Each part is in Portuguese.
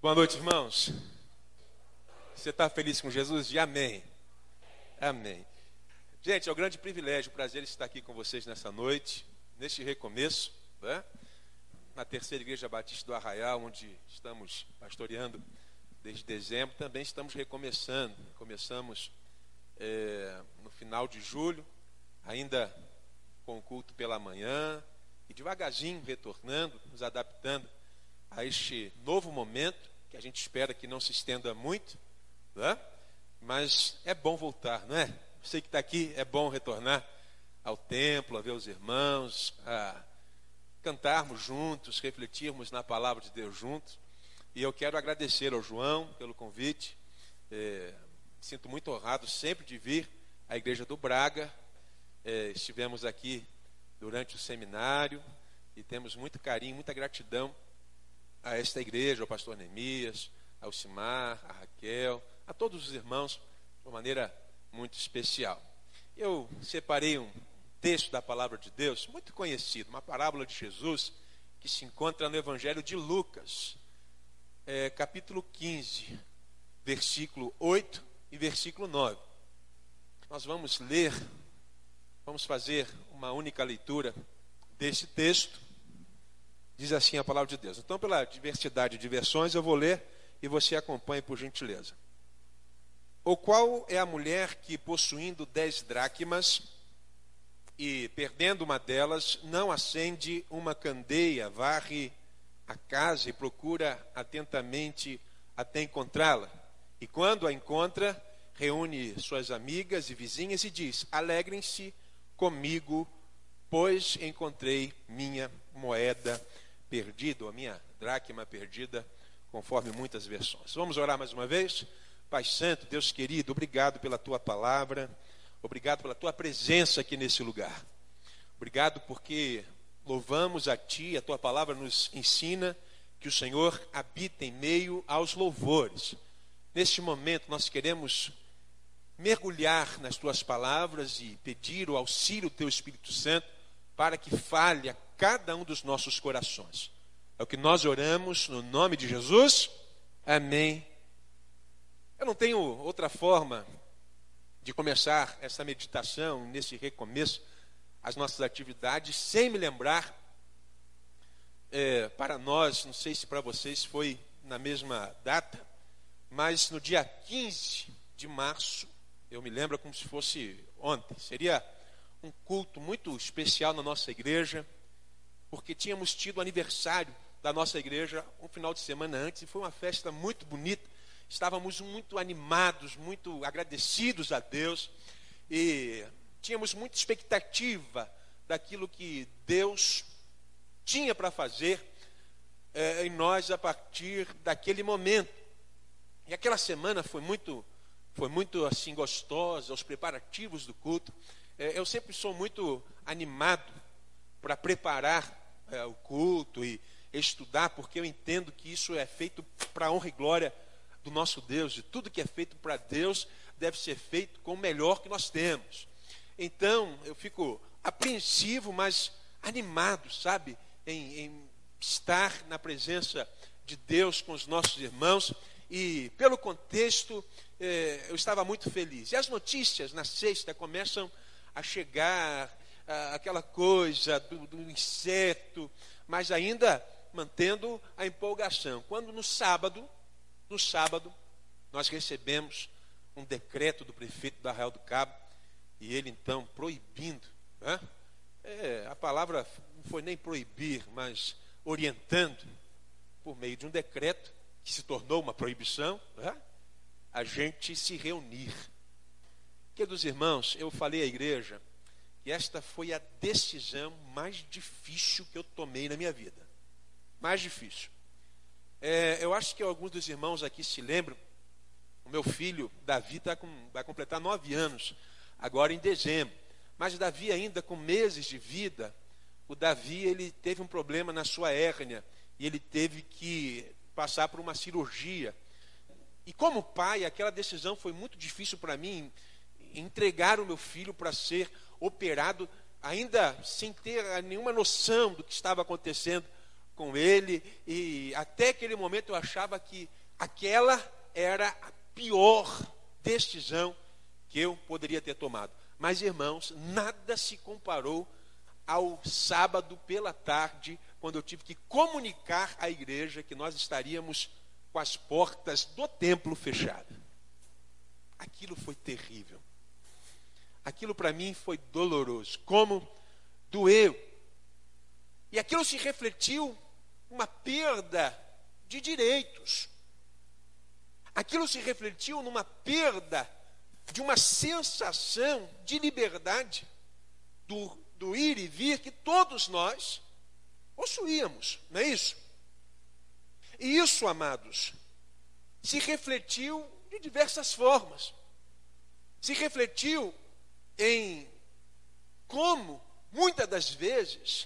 Boa noite, irmãos. Você está feliz com Jesus? Diga amém. Amém. Gente, é um grande privilégio, prazer estar aqui com vocês nessa noite, neste recomeço, né? Na terceira igreja batista do Arraial, onde estamos pastoreando desde dezembro. Também estamos recomeçando. Começamos no final de julho, ainda com o culto pela manhã, e devagarzinho retornando, nos adaptando a este novo momento, que a gente espera que não se estenda muito, né? Mas é bom voltar, não é? Você que está aqui, é bom retornar ao templo, a ver os irmãos, a cantarmos juntos, refletirmos na palavra de Deus juntos. E eu quero agradecer ao João pelo convite. Sinto muito honrado sempre de vir à Igreja do Braga. Estivemos aqui durante o seminário e temos muito carinho, muita gratidão a esta igreja, ao pastor Neemias, ao Simar, a Raquel, a todos os irmãos, de uma maneira muito especial. Eu separei um texto da palavra de Deus, muito conhecido, uma parábola de Jesus, que se encontra no Evangelho de Lucas, capítulo 15, versículo 8 e versículo 9. Nós vamos ler, vamos fazer uma única leitura desse texto. Diz assim a palavra de Deus. Então, pela diversidade de versões, eu vou ler e você acompanhe por gentileza. O qual é a mulher que, possuindo 10 dracmas e perdendo uma delas, não acende uma candeia, varre a casa e procura atentamente até encontrá-la. E quando a encontra, reúne suas amigas e vizinhas e diz: alegrem-se comigo, pois encontrei minha moeda perdida, ou a minha dracma perdida, conforme muitas versões. Vamos orar mais uma vez? Pai Santo, Deus querido, obrigado pela Tua palavra, obrigado pela Tua presença aqui nesse lugar. Obrigado porque louvamos a Ti, a Tua palavra nos ensina que o Senhor habita em meio aos louvores. Neste momento nós queremos mergulhar nas Tuas palavras e pedir o auxílio do Teu Espírito Santo para que fale a cada um dos nossos corações. É o que nós oramos no nome de Jesus. Amém. Eu não tenho outra forma de começar essa meditação, nesse recomeço, as nossas atividades, sem me lembrar, para nós, não sei se para vocês foi na mesma data, mas no dia 15 de março, eu me lembro como se fosse ontem, seria um culto muito especial na nossa igreja, porque tínhamos tido o aniversário da nossa igreja um final de semana antes, e foi uma festa muito bonita. Estávamos muito animados, muito agradecidos a Deus, e tínhamos muita expectativa daquilo que Deus tinha para fazer em nós a partir daquele momento. E aquela semana foi muito assim gostosa, os preparativos do culto. Eu sempre sou muito animado para preparar o culto e estudar, porque eu entendo que isso é feito para a honra e glória do nosso Deus, e tudo que é feito para Deus deve ser feito com o melhor que nós temos. Então, eu fico apreensivo, mas animado, sabe, em estar na presença de Deus com os nossos irmãos, e pelo contexto, eu estava muito feliz. E as notícias na sexta começam a chegar, aquela coisa do incerto, mas ainda mantendo a empolgação. Quando no sábado, nós recebemos um decreto do prefeito do Arraial do Cabo, e ele então proibindo, né? A palavra não foi nem proibir, mas orientando, por meio de um decreto, que se tornou uma proibição, né? A gente se reunir. Queridos irmãos, eu falei à igreja que esta foi a decisão mais difícil que eu tomei na minha vida. Mais difícil. Eu acho que alguns dos irmãos aqui se lembram, o meu filho, Davi, vai completar 9 anos, agora em dezembro. Mas Davi ainda com meses de vida, o Davi ele teve um problema na sua hérnia, e ele teve que passar por uma cirurgia. E como pai, aquela decisão foi muito difícil para mim, entregar o meu filho para ser operado, ainda sem ter nenhuma noção do que estava acontecendo com ele, e até aquele momento eu achava que Aquela era a pior decisão que eu poderia ter tomado. Mas, irmãos, nada se comparou ao sábado pela tarde, quando eu tive que comunicar à igreja que nós estaríamos com as portas do templo fechadas. Aquilo foi terrível. Aquilo para mim foi doloroso. Como doeu. E aquilo se refletiu uma perda de direitos. Aquilo se refletiu numa perda de uma sensação de liberdade do ir e vir que todos nós possuíamos, não é isso? E isso, amados, se refletiu de diversas formas. Se refletiu em como, muitas das vezes,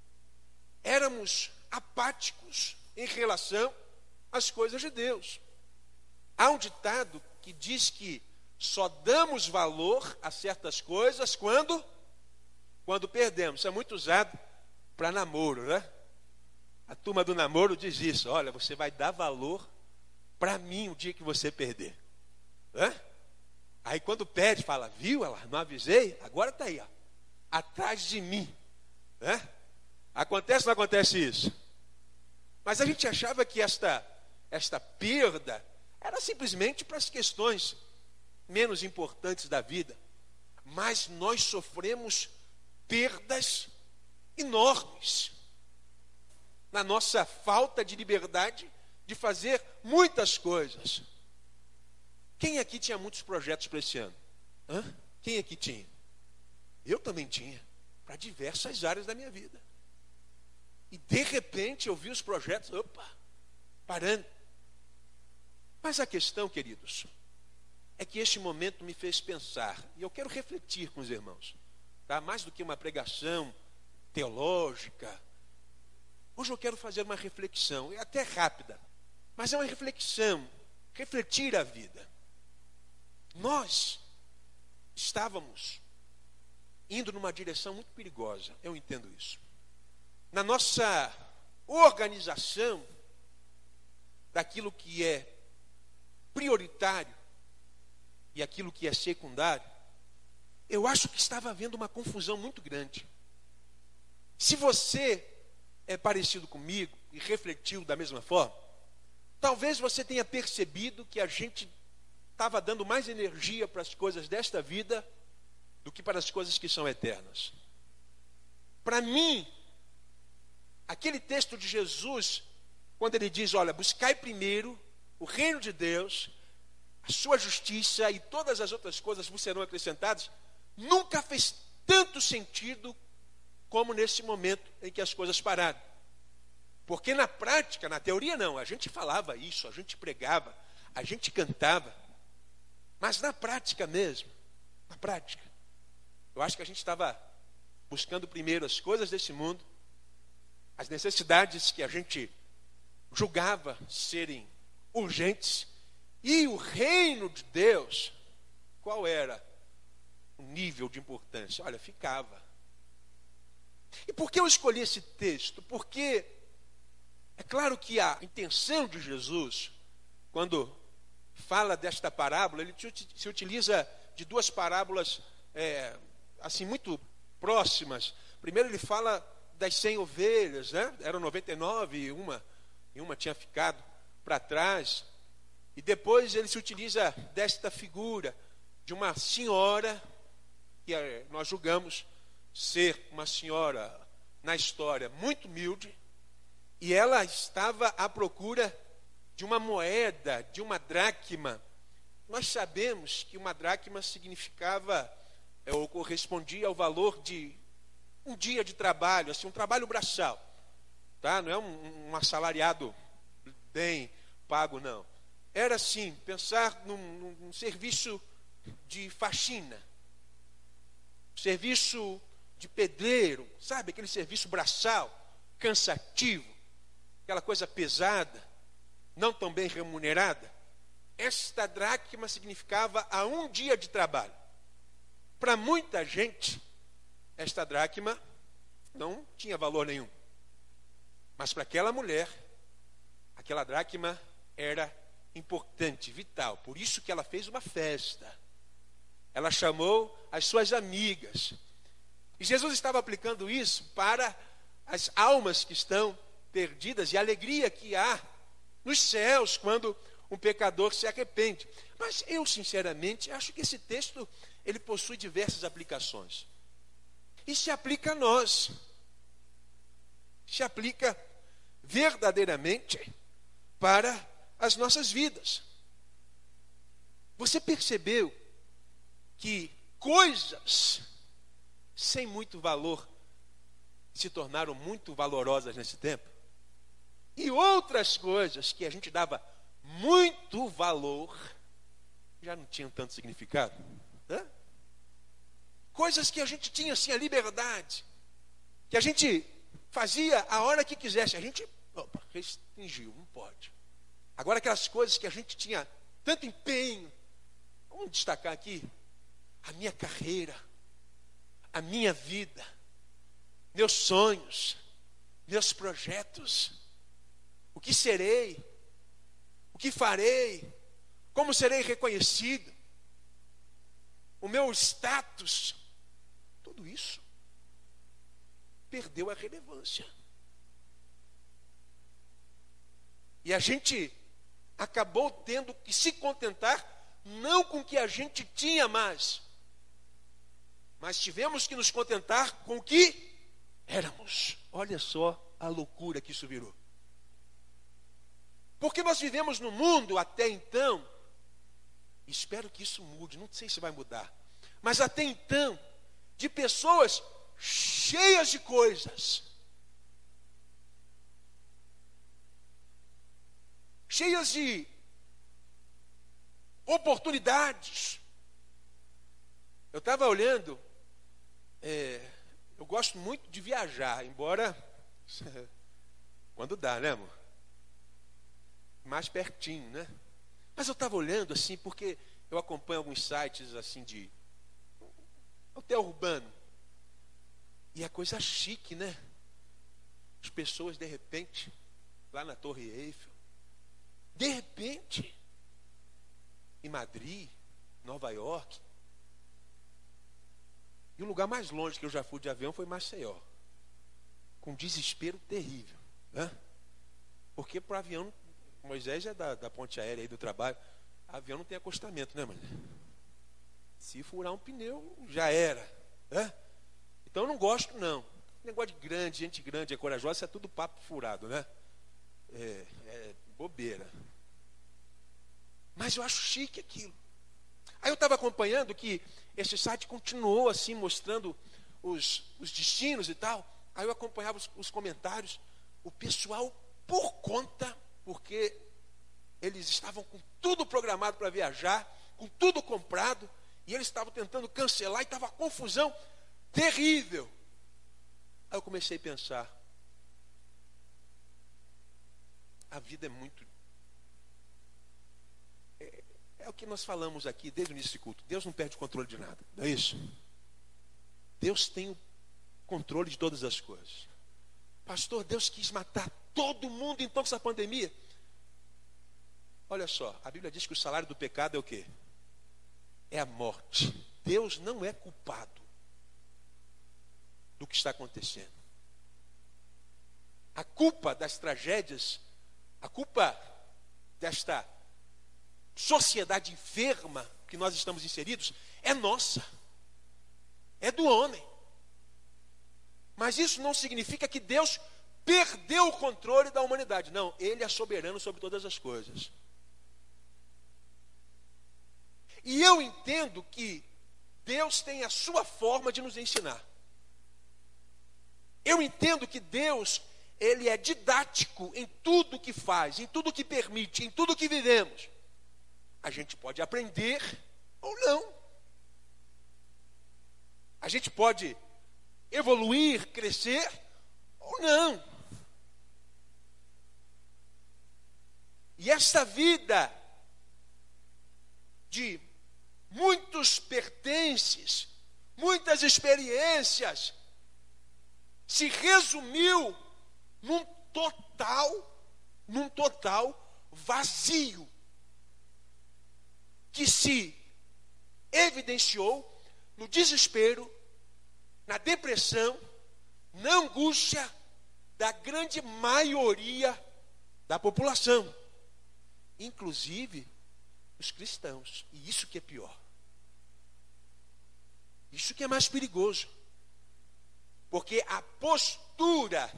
éramos apáticos em relação às coisas de Deus. Há um ditado que diz que só damos valor a certas coisas quando perdemos. Isso é muito usado para namoro, né? A turma do namoro diz isso: olha, você vai dar valor para mim o dia que você perder. Hã? Aí quando perde, fala, viu, ela não avisei? Agora está aí, ó, atrás de mim. Hã? Acontece ou não acontece isso? Mas a gente achava que esta perda era simplesmente para as questões menos importantes da vida. Mas nós sofremos perdas enormes na nossa falta de liberdade de fazer muitas coisas. Quem aqui tinha muitos projetos para esse ano? Hã? Quem aqui tinha? Eu também tinha, para diversas áreas da minha vida. E de repente eu vi os projetos, parando. Mas a questão, queridos, é que este momento me fez pensar, e eu quero refletir com os irmãos, tá? Mais do que uma pregação teológica. Hoje eu quero fazer uma reflexão, é até rápida, mas é uma reflexão, refletir a vida. Nós estávamos indo numa direção muito perigosa, eu entendo isso. Na nossa organização daquilo que é prioritário e aquilo que é secundário, eu acho que estava havendo uma confusão muito grande. Se você é parecido comigo e refletiu da mesma forma, talvez você tenha percebido que a gente estava dando mais energia para as coisas desta vida do que para as coisas que são eternas. Para mim, aquele texto de Jesus, quando ele diz, olha, buscai primeiro o reino de Deus, a sua justiça e todas as outras coisas vos serão acrescentadas, nunca fez tanto sentido como nesse momento em que as coisas pararam. Porque na prática, na teoria não, a gente falava isso, a gente pregava, a gente cantava, mas na prática mesmo, na prática, eu acho que a gente estava buscando primeiro as coisas desse mundo, as necessidades que a gente julgava serem urgentes, e o reino de Deus, qual era o nível de importância? Olha, ficava. E por que eu escolhi esse texto? Porque é claro que a intenção de Jesus, quando fala desta parábola, ele se utiliza de duas parábolas assim muito próximas. Primeiro ele fala das 100 ovelhas, né? Eram 99 e uma tinha ficado para trás. E depois ele se utiliza desta figura de uma senhora, que nós julgamos ser uma senhora na história muito humilde, e ela estava à procura de uma moeda, de uma dracma. Nós sabemos que uma dracma significava, ou correspondia ao valor de um dia de trabalho, assim, um trabalho braçal, tá? Não é um assalariado bem pago, não. Era assim, pensar num serviço de faxina, serviço de pedreiro, sabe? Aquele serviço braçal, cansativo, aquela coisa pesada, não tão bem remunerada. Esta dracma significava a um dia de trabalho. Para muita gente, esta dracma não tinha valor nenhum. Mas para aquela mulher, aquela dracma era importante, vital. Por isso que ela fez uma festa. Ela chamou as suas amigas. E Jesus estava aplicando isso para as almas que estão perdidas e a alegria que há nos céus quando um pecador se arrepende. Mas eu, sinceramente, acho que esse texto ele possui diversas aplicações. E se aplica a nós. Se aplica verdadeiramente para as nossas vidas. Você percebeu que coisas sem muito valor se tornaram muito valorosas nesse tempo? E outras coisas que a gente dava muito valor já não tinham tanto significado. Hã? Coisas que a gente tinha assim a liberdade, que a gente fazia a hora que quisesse, a gente restringiu, não pode. Agora aquelas coisas que a gente tinha tanto empenho, vamos destacar aqui, a minha carreira, a minha vida, meus sonhos, meus projetos, o que serei, o que farei, como serei reconhecido, o meu status, tudo isso perdeu a relevância. E a gente acabou tendo que se contentar não com o que a gente tinha mais, mas tivemos que nos contentar com o que éramos. Olha só a loucura que isso virou. Porque nós vivemos no mundo até então, espero que isso mude, não sei se vai mudar, mas até então, de pessoas cheias de coisas, cheias de oportunidades. Eu estava olhando, eu gosto muito de viajar, embora quando dá, né, amor? Mais pertinho, né? Mas eu estava olhando assim, porque eu acompanho alguns sites assim de hotel urbano. E é coisa chique, né? As pessoas de repente, lá na Torre Eiffel, de repente, em Madrid, Nova York. E o lugar mais longe que eu já fui de avião foi Maceió. Com desespero terrível, né? Porque para o avião, Moisés é da ponte aérea aí do trabalho, avião não tem acostamento, né, mãe? Se furar um pneu, já era, né? Então eu não gosto, não. Negócio de grande, gente grande, é corajosa, isso é tudo papo furado, né? É bobeira. Mas eu acho chique aquilo. Aí eu estava acompanhando que esse site continuou assim, mostrando os destinos e tal. Aí eu acompanhava os comentários. O pessoal, por conta, porque eles estavam com tudo programado para viajar, com tudo comprado, e eles estavam tentando cancelar, e estava uma confusão terrível. Aí eu comecei a pensar, a vida é muito... É o que nós falamos aqui desde o início do culto. Deus não perde o controle de nada, não é isso? Deus tem o controle de todas as coisas. Pastor, Deus quis matar todo mundo então com essa pandemia. Olha só, a Bíblia diz que o salário do pecado é o quê? É a morte. Deus não é culpado do que está acontecendo. A culpa das tragédias, a culpa desta sociedade enferma que nós estamos inseridos, é nossa. É do homem. Mas isso não significa que Deus perdeu o controle da humanidade. Não, Ele é soberano sobre todas as coisas. E eu entendo que Deus tem a sua forma de nos ensinar. Eu entendo que Deus, Ele é didático em tudo que faz, em tudo que permite, em tudo que vivemos. A gente pode aprender ou não. A gente pode evoluir, crescer ou não. E essa vida de muitos pertences, muitas experiências, se resumiu num total vazio que se evidenciou no desespero, na depressão, na angústia da grande maioria da população, inclusive os cristãos. E isso que é pior. Isso que é mais perigoso. Porque a postura,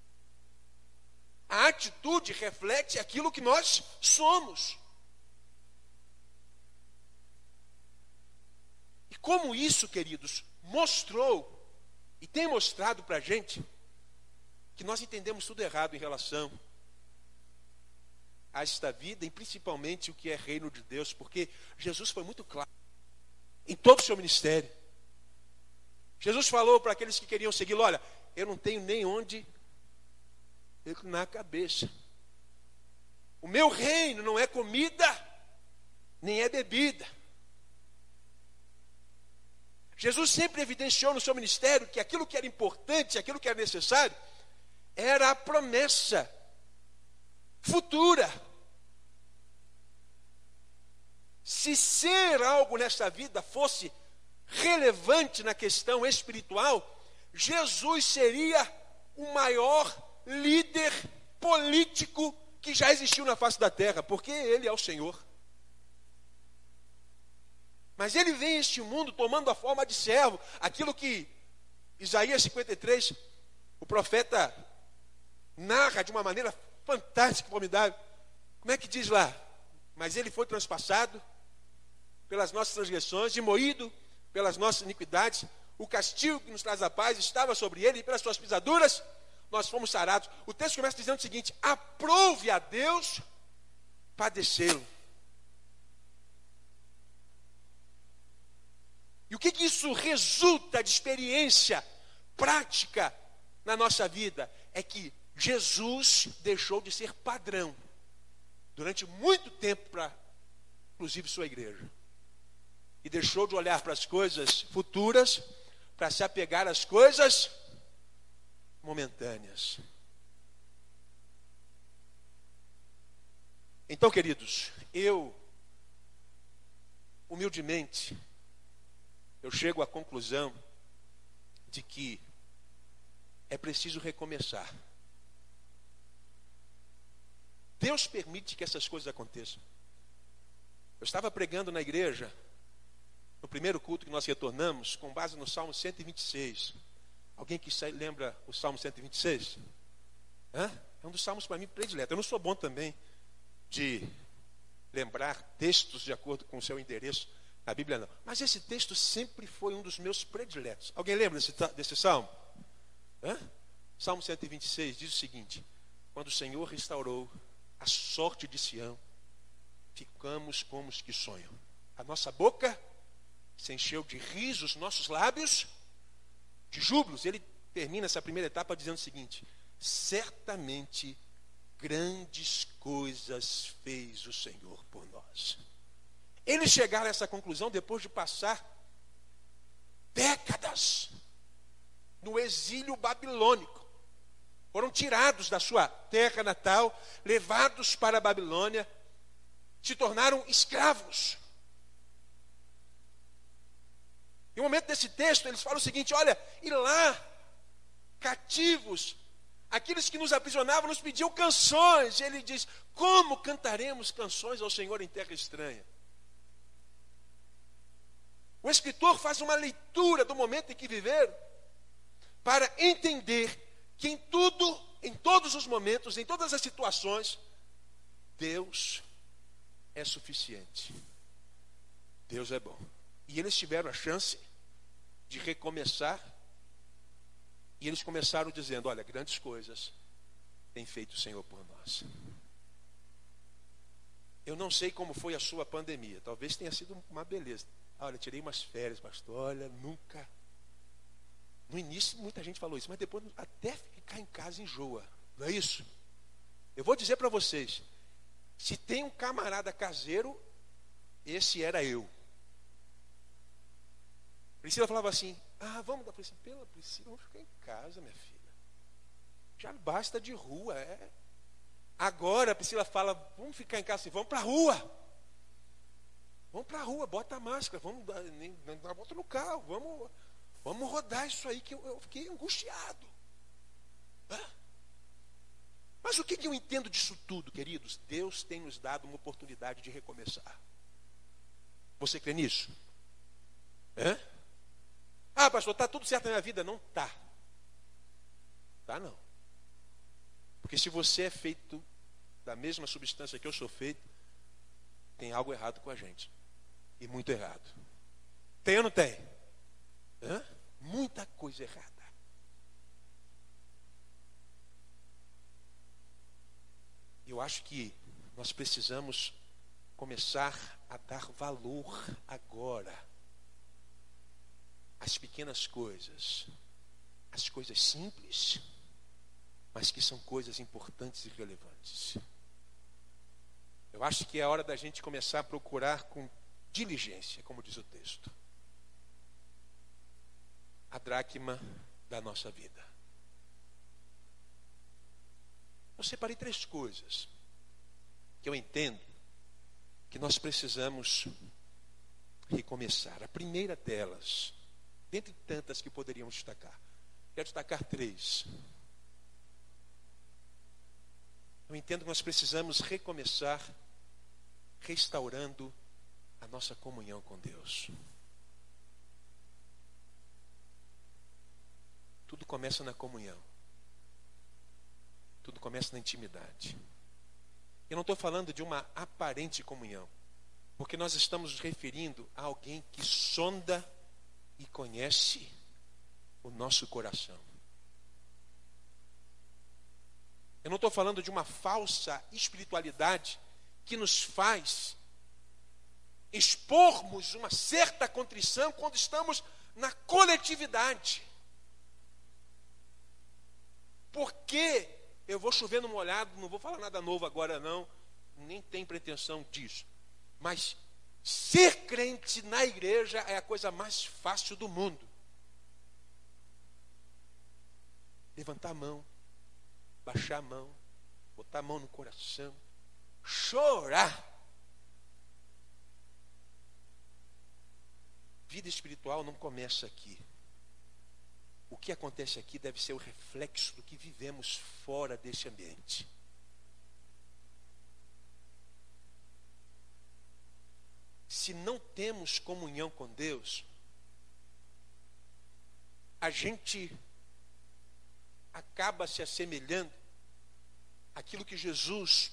a atitude reflete aquilo que nós somos. E como isso, queridos, mostrou e tem mostrado para a gente que nós entendemos tudo errado em relação a esta vida e principalmente o que é reino de Deus, porque Jesus foi muito claro em todo o seu ministério. Jesus falou para aqueles que queriam segui-lo: olha, eu não tenho nem onde reclinar a cabeça. O meu reino não é comida, nem é bebida. Jesus sempre evidenciou no seu ministério que aquilo que era importante, aquilo que era necessário, era a promessa futura. Se ser algo nessa vida fosse relevante na questão espiritual, Jesus seria o maior líder político que já existiu na face da terra, porque Ele é o Senhor. Mas Ele vem a este mundo tomando a forma de servo, aquilo que Isaías 53, o profeta narra de uma maneira fantástica, formidável. Como é que diz lá? Mas Ele foi transpassado pelas nossas transgressões e moído pelas nossas iniquidades. O castigo que nos traz a paz estava sobre Ele, e pelas suas pisaduras nós fomos sarados. O texto começa dizendo o seguinte: aprove a Deus padecê-lo. E o que isso resulta de experiência prática na nossa vida? É que Jesus deixou de ser padrão durante muito tempo para, inclusive, sua igreja. E deixou de olhar para as coisas futuras para se apegar às coisas momentâneas. Então, queridos, humildemente, eu chego à conclusão de que é preciso recomeçar. Deus permite que essas coisas aconteçam. Eu estava pregando na igreja, no primeiro culto que nós retornamos, com base no Salmo 126. Alguém que lembra o Salmo 126? É um dos salmos para mim predileto. Eu não sou bom também de lembrar textos de acordo com o seu endereço na Bíblia, não. Mas esse texto sempre foi um dos meus prediletos. Alguém lembra desse salmo? Salmo 126 diz o seguinte: quando o Senhor restaurou a sorte de Sião, ficamos como os que sonham. A nossa boca se encheu de risos, nossos lábios de júbilos. Ele termina essa primeira etapa dizendo o seguinte: certamente grandes coisas fez o Senhor por nós. Eles chegaram a essa conclusão depois de passar décadas no exílio babilônico. Foram tirados da sua terra natal, levados para a Babilônia, se tornaram escravos. E no momento desse texto, eles falam o seguinte: olha, e lá, cativos, aqueles que nos aprisionavam nos pediam canções. E ele diz: como cantaremos canções ao Senhor em terra estranha? O escritor faz uma leitura do momento em que viveram, para entender que em tudo, em todos os momentos, em todas as situações, Deus é suficiente. Deus é bom. E eles tiveram a chance de recomeçar. E eles começaram dizendo: olha, grandes coisas tem feito o Senhor por nós. Eu não sei como foi a sua pandemia. Talvez tenha sido uma beleza. Olha, tirei umas férias, pastor. Olha, nunca. No início muita gente falou isso, mas depois até ficar em casa enjoa. Não é isso? Eu vou dizer para vocês: se tem um camarada caseiro, esse era eu. Priscila falava assim: vamos dar Priscila. Pela Priscila, vamos ficar em casa, minha filha. Já basta de rua. Agora a Priscila fala: vamos ficar em casa assim, vamos para a rua. Vamos para a rua, bota a máscara, bota no carro, vamos rodar isso aí, que eu fiquei angustiado. Mas o que eu entendo disso tudo, queridos? Deus tem nos dado uma oportunidade de recomeçar. Você crê nisso? Ah, pastor, está tudo certo na minha vida? Não está. Tá não. Porque se você é feito da mesma substância que eu sou feito, tem algo errado com a gente. E muito errado. Tem ou não tem? Muita coisa errada. Eu acho que nós precisamos começar a dar valor agora às pequenas coisas, às coisas simples, mas que são coisas importantes e relevantes. Eu acho que é hora da gente começar a procurar com diligência, como diz o texto, a dracma da nossa vida. Eu separei 3 coisas que eu entendo que nós precisamos recomeçar. A primeira delas, dentre tantas que poderíamos destacar, quero destacar 3. Eu entendo que nós precisamos recomeçar restaurando a nossa comunhão com Deus. Tudo começa na comunhão. Tudo começa na intimidade. Eu não estou falando de uma aparente comunhão, porque nós estamos nos referindo a alguém que sonda e conhece o nosso coração. Eu não estou falando de uma falsa espiritualidade que nos faz expormos uma certa contrição quando estamos na coletividade. Porque eu vou chover no molhado, não vou falar nada novo agora não, nem tem pretensão disso. Mas ser crente na igreja é a coisa mais fácil do mundo. Levantar a mão, baixar a mão, botar a mão no coração, chorar. Vida espiritual não começa aqui. O que acontece aqui deve ser o reflexo do que vivemos fora desse ambiente. Se não temos comunhão com Deus, a gente acaba se assemelhando àquilo que Jesus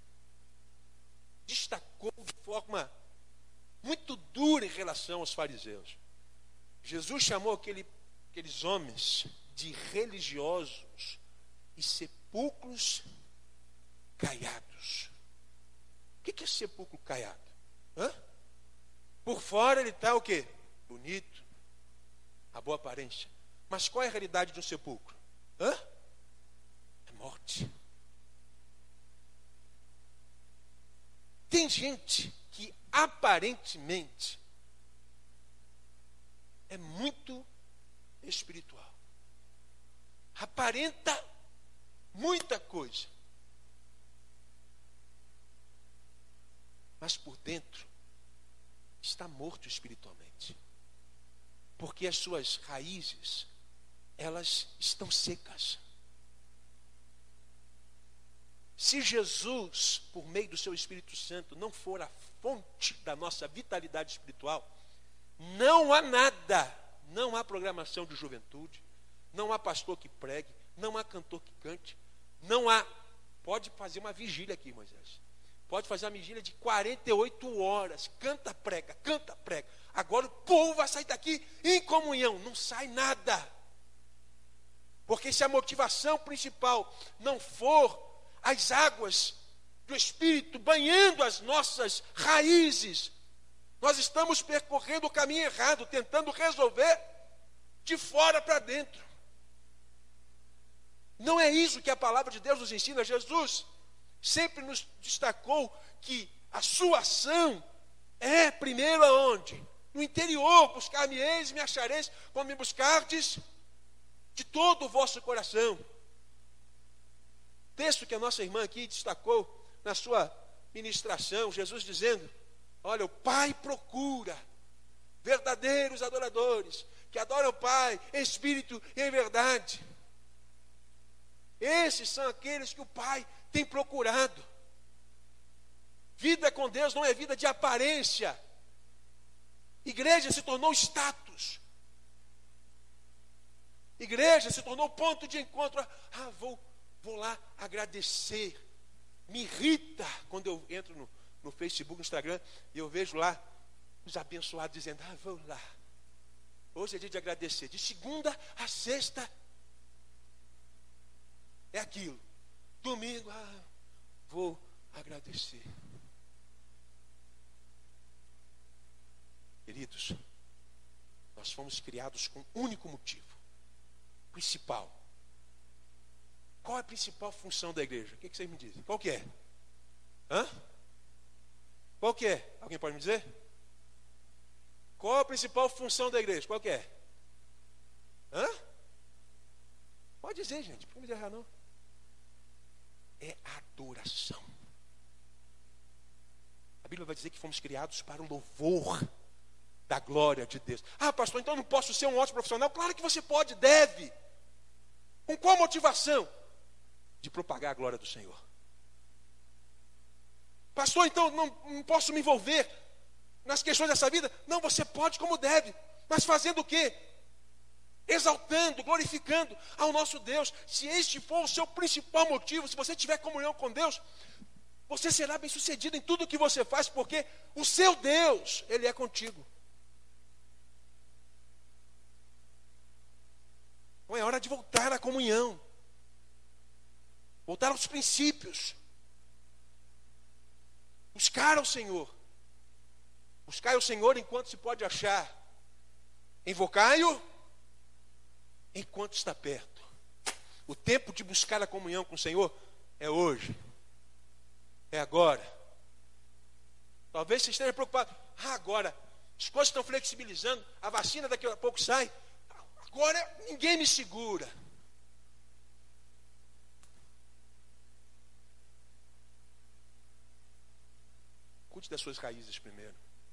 destacou de forma muito dura em relação aos fariseus. Jesus chamou aqueles homens de religiosos e sepulcros caiados. O que é sepulcro caiado? Por fora ele está o quê? Bonito, a boa aparência. Mas qual é a realidade de um sepulcro? É morte. Tem gente que aparentemente é muito espiritual. Aparenta muita coisa. Mas por dentro está morto espiritualmente. Porque as suas raízes, elas estão secas. Se Jesus, por meio do seu Espírito Santo, não for a fonte da nossa vitalidade espiritual, não há nada, não há programação de juventude, não há pastor que pregue, não há cantor que cante, não há. Pode fazer uma vigília aqui, Moisés. Pode fazer uma vigília de 48 horas, canta, prega. Agora o povo vai sair daqui em comunhão, não sai nada. Porque se a motivação principal não for as águas do Espírito banhando as nossas raízes, nós estamos percorrendo o caminho errado, tentando resolver de fora para dentro. Não é isso que a palavra de Deus nos ensina. Jesus sempre nos destacou que a sua ação é primeiro aonde? No interior. Buscar-me-eis e me achareis quando me buscardes de todo o vosso coração. Texto que a nossa irmã aqui destacou na sua ministração, Jesus dizendo Olha, o Pai procura verdadeiros adoradores, que adoram o Pai em espírito e em verdade. Esses são aqueles que o Pai tem procurado. Vida com Deus não é vida de aparência. Igreja se tornou status. Igreja se tornou ponto de encontro. Vou lá agradecer. Me irrita quando eu entro no Facebook, no Instagram, e eu vejo lá os abençoados dizendo, vou lá. Hoje é dia de agradecer. De segunda a sexta é aquilo. Domingo, vou agradecer. Queridos, nós fomos criados com um único motivo. Principal. Qual é a principal função da igreja? O que vocês me dizem? Qual que é? Qual que é? Alguém pode me dizer? Qual a principal função da igreja? Qual que é? Pode dizer, gente. Não pode errar, não. É adoração. A Bíblia vai dizer que fomos criados para o louvor da glória de Deus. Pastor, então eu não posso ser um ótimo profissional? Claro que você pode, deve. Com qual motivação? De propagar a glória do Senhor. Pastor, então não posso me envolver nas questões dessa vida? Não, você pode como deve. Mas fazendo o quê? Exaltando, glorificando ao nosso Deus. Se este for o seu principal motivo, se você tiver comunhão com Deus, você será bem sucedido em tudo o que você faz, porque o seu Deus, Ele é contigo. Então é hora de voltar à comunhão. Voltar aos princípios. Buscar ao Senhor. Buscar o Senhor enquanto se pode achar. Invocai-o enquanto está perto. O tempo de buscar a comunhão com o Senhor é hoje. É agora. Talvez você esteja preocupado. Agora, as coisas estão flexibilizando. A vacina daqui a pouco sai. Agora ninguém me segura. Cuide das suas raízes primeiro.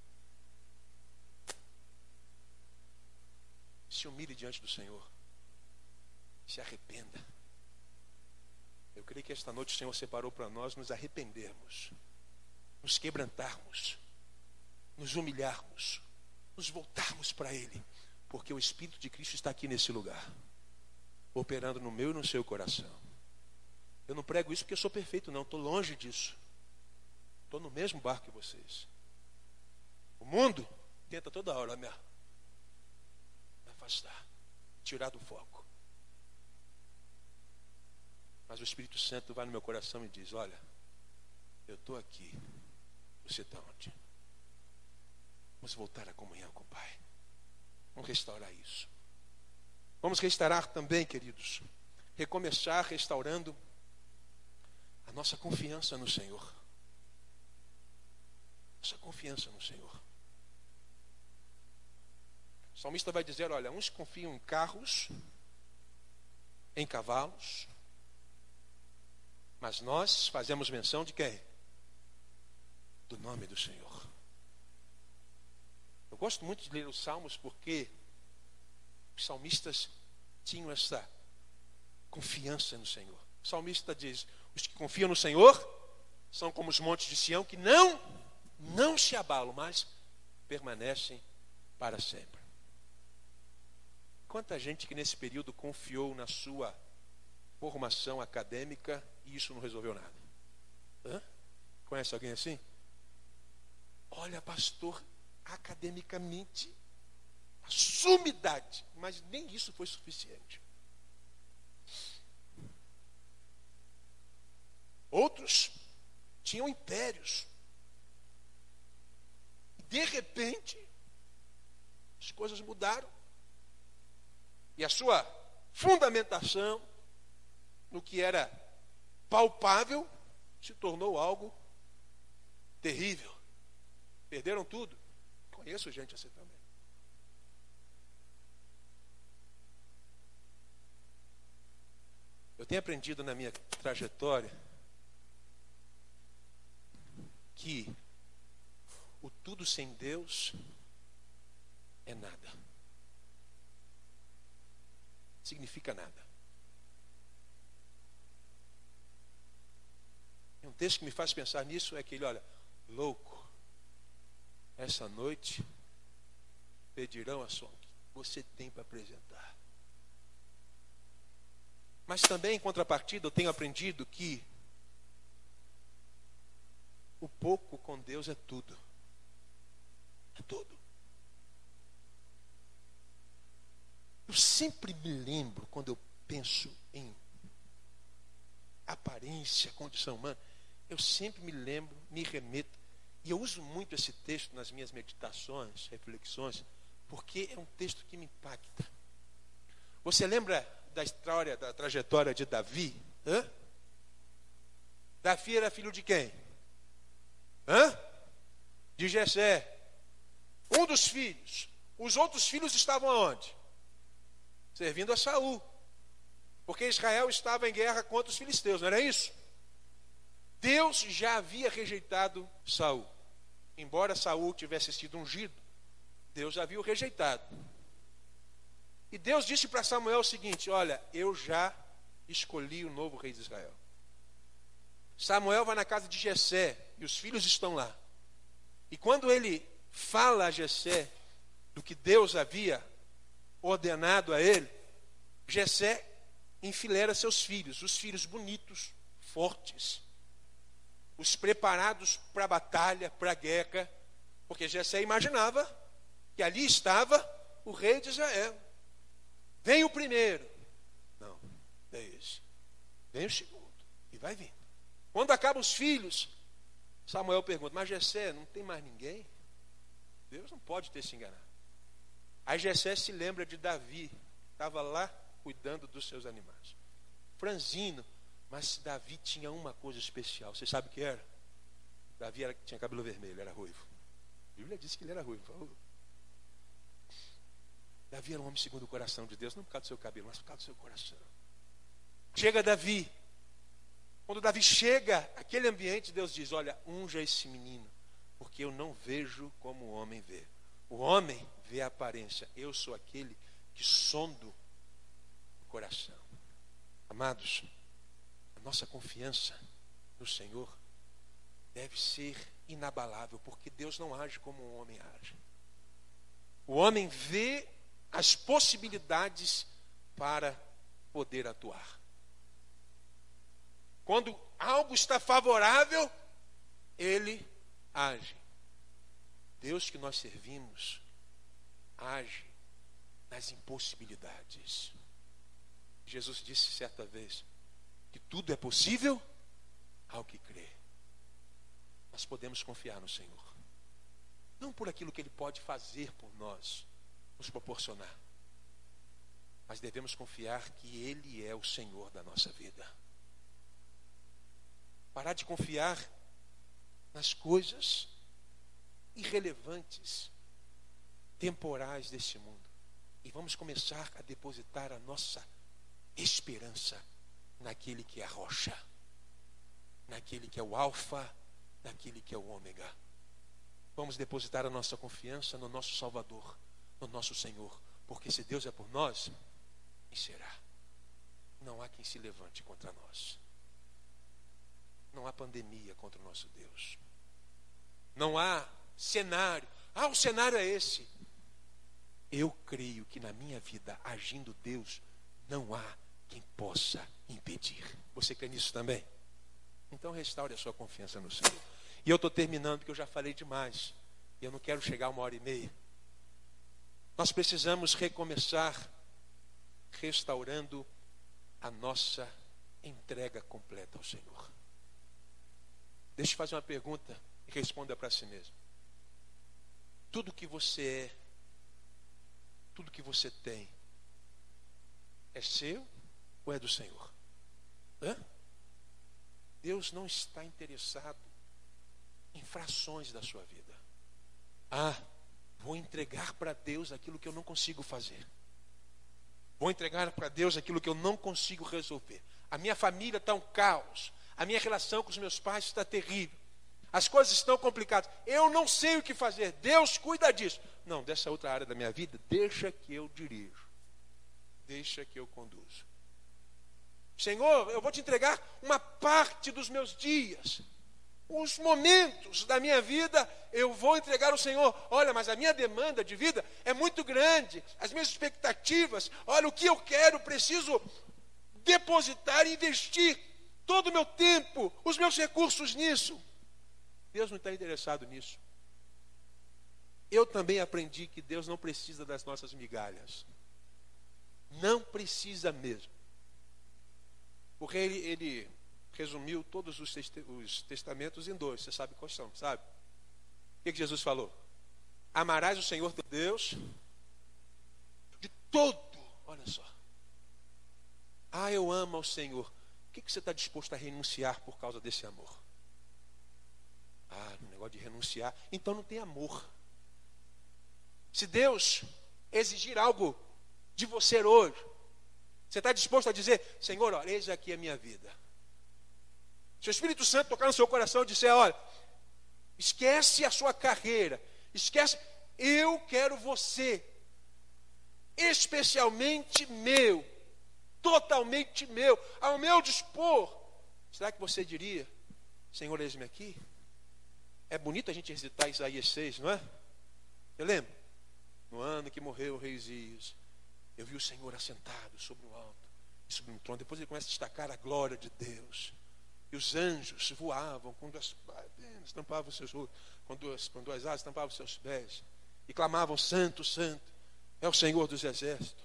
Se humilhe diante do Senhor. Se arrependa. Eu creio que esta noite o Senhor separou para nós nos arrependermos, nos quebrantarmos, nos humilharmos, nos voltarmos para Ele, porque o Espírito de Cristo está aqui nesse lugar, operando no meu e no seu coração. Eu não prego isso porque eu sou perfeito, não, estou longe disso. Estou no mesmo barco que vocês. O mundo tenta toda hora me afastar, tirar do foco. Mas o Espírito Santo vai no meu coração e diz, olha, eu estou aqui, você está onde? Vamos voltar à comunhão com o Pai. Vamos restaurar isso. Vamos restaurar também, queridos, recomeçar restaurando a nossa confiança no Senhor. Nossa confiança no Senhor. O salmista vai dizer, olha, uns confiam em carros, em cavalos, mas nós fazemos menção de quem? Do nome do Senhor. Eu gosto muito de ler os salmos porque os salmistas tinham essa confiança no Senhor. O salmista diz, os que confiam no Senhor são como os montes de Sião que não se abalam, mas permanecem para sempre. Quanta gente que nesse período confiou na sua formação acadêmica e isso não resolveu nada. Conhece alguém assim? Olha, pastor, academicamente, a sumidade, mas nem isso foi suficiente. Outros tinham impérios. De repente, as coisas mudaram. E a sua fundamentação no que era palpável se tornou algo terrível. Perderam tudo. Conheço gente assim também. Eu tenho aprendido na minha trajetória que o tudo sem Deus é nada. Significa nada. Um texto que me faz pensar nisso é aquele, olha, louco, essa noite pedirão a som que você tem para apresentar. Mas também, em contrapartida, eu tenho aprendido que o pouco com Deus é tudo. É tudo. Eu sempre me lembro, quando eu penso em aparência, condição humana, eu sempre me lembro, me remeto, e eu uso muito esse texto nas minhas meditações, reflexões, porque é um texto que me impacta. Você lembra da história, da trajetória de Davi? Davi era filho de quem? De Jessé. Um dos filhos. Os outros filhos estavam aonde? Servindo a Saul. Porque Israel estava em guerra contra os filisteus, não era isso? Deus já havia rejeitado Saul. Embora Saul tivesse sido ungido, Deus já havia o rejeitado. E Deus disse para Samuel o seguinte: olha, eu já escolhi o novo rei de Israel. Samuel vai na casa de Jessé e os filhos estão lá. E quando ele fala a Jessé do que Deus havia ordenado a ele, Jessé enfileira seus filhos, os filhos bonitos, fortes, os preparados para a batalha, para a guerra, porque Jessé imaginava que ali estava o rei de Israel. Vem o primeiro. Não, é esse. Vem o segundo. E vai vindo. Quando acabam os filhos, Samuel pergunta: mas Jessé, não tem mais ninguém? Deus não pode ter se enganado. Aí Jessé se lembra de Davi, estava lá cuidando dos seus animais. Franzino, mas Davi tinha uma coisa especial. Você sabe o que era? Davi tinha cabelo vermelho, era ruivo. A Bíblia diz que ele era ruivo. Davi era um homem segundo o coração de Deus, não por causa do seu cabelo, mas por causa do seu coração. Chega Davi. Quando Davi chega àquele ambiente, Deus diz: olha, unja esse menino, porque eu não vejo como o homem vê. O homem vê a aparência, eu sou aquele que sondo o coração. Amados, a nossa confiança no Senhor deve ser inabalável, porque Deus não age como o homem age. O homem vê as possibilidades para poder atuar. Quando algo está favorável, ele age. Deus que nós servimos age nas impossibilidades. Jesus disse certa vez que tudo é possível ao que crê. Nós podemos confiar no Senhor. Não por aquilo que Ele pode fazer por nós, nos proporcionar. Mas devemos confiar que Ele é o Senhor da nossa vida. Parar de confiar nas coisas irrelevantes, temporais desse mundo. E vamos começar a depositar a nossa esperança naquele que é a rocha, naquele que é o alfa, naquele que é o ômega. Vamos depositar a nossa confiança no nosso Salvador, no nosso Senhor, porque se Deus é por nós, quem será? Não há quem se levante contra nós. Não há pandemia contra o nosso Deus. Não há cenário. O cenário é esse. Eu creio que na minha vida, agindo Deus, não há quem possa impedir. Você crê nisso também? Então restaure a sua confiança no Senhor. E eu estou terminando porque eu já falei demais. E eu não quero chegar a 1h30. Nós precisamos recomeçar restaurando a nossa entrega completa ao Senhor. Deixa eu fazer uma pergunta e responda para si mesmo. Tudo que você é, tudo que você tem, é seu ou é do Senhor? Deus não está interessado em frações da sua vida. Vou entregar para Deus aquilo que eu não consigo fazer. Vou entregar para Deus aquilo que eu não consigo resolver. A minha família está um caos. A minha relação com os meus pais está terrível. As coisas estão complicadas. Eu não sei o que fazer. Deus cuida disso. Não, dessa outra área da minha vida, deixa que eu dirijo. Deixa que eu conduzo. Senhor, eu vou te entregar uma parte dos meus dias. Os momentos da minha vida, eu vou entregar ao Senhor. Olha, mas a minha demanda de vida é muito grande. As minhas expectativas, olha, o que eu quero, preciso depositar, investir todo o meu tempo, os meus recursos nisso. Deus não está interessado nisso. Eu também aprendi que Deus não precisa das nossas migalhas. Não precisa mesmo. Porque ele resumiu todos os testamentos em 2. Você sabe quais são, sabe? O que Jesus falou? Amarás o Senhor teu Deus de todo. Olha só. Ah, eu amo ao Senhor. O que você está disposto a renunciar por causa desse amor? Ah, no negócio de renunciar. Então não tem amor. Se Deus exigir algo de você hoje, você está disposto a dizer: Senhor, olha, eis aqui a minha vida. Se o Espírito Santo tocar no seu coração e disser: olha, esquece a sua carreira, esquece, eu quero você, especialmente meu, totalmente meu, ao meu dispor. Será que você diria: Senhor, eis-me aqui? É bonito a gente recitar Isaías 6, não é? Eu lembro, no ano que morreu o rei Uzias, eu vi o Senhor assentado sobre o alto, sobre um trono. Depois ele começa a destacar a glória de Deus. E os anjos voavam com duas estampavam seus com duas asas, estampavam seus pés. E clamavam: Santo, Santo, é o Senhor dos exércitos.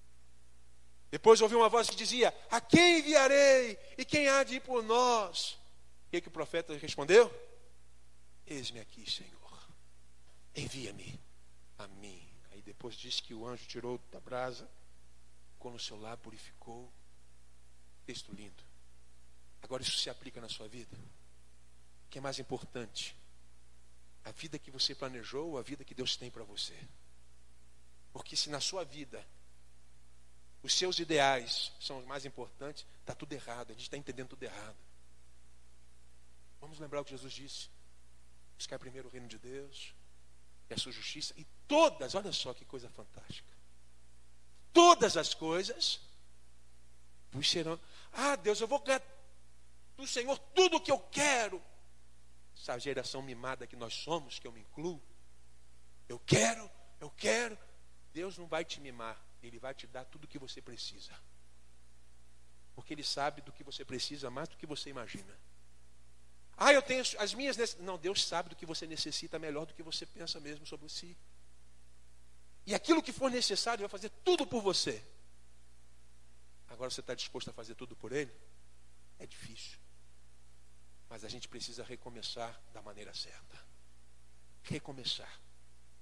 Depois ouvi uma voz que dizia: a quem enviarei? E quem há de ir por nós? O que o profeta respondeu? Eis-me aqui, Senhor. Envia-me a mim. Aí depois disse que o anjo tirou da brasa, ficou no seu lábio, purificou. Texto lindo. Agora isso se aplica na sua vida. O que é mais importante? A vida que você planejou ou a vida que Deus tem para você? Porque se na sua vida os seus ideais são os mais importantes, está tudo errado. A gente está entendendo tudo errado. Vamos lembrar o que Jesus disse: buscar primeiro o reino de Deus e a sua justiça, e todas, olha só que coisa fantástica, todas as coisas vos serão. Ah, Deus, eu vou ganhar do Senhor tudo o que eu quero. Essa geração mimada que nós somos, que eu me incluo, eu quero. Deus não vai te mimar, Ele vai te dar tudo o que você precisa, porque Ele sabe do que você precisa mais do que você imagina. Ah, eu tenho as minhas necessidades. Não, Deus sabe do que você necessita melhor do que você pensa mesmo sobre si. E aquilo que for necessário, Ele vai fazer tudo por você. Agora, você está disposto a fazer tudo por Ele? É difícil. Mas a gente precisa recomeçar da maneira certa. Recomeçar.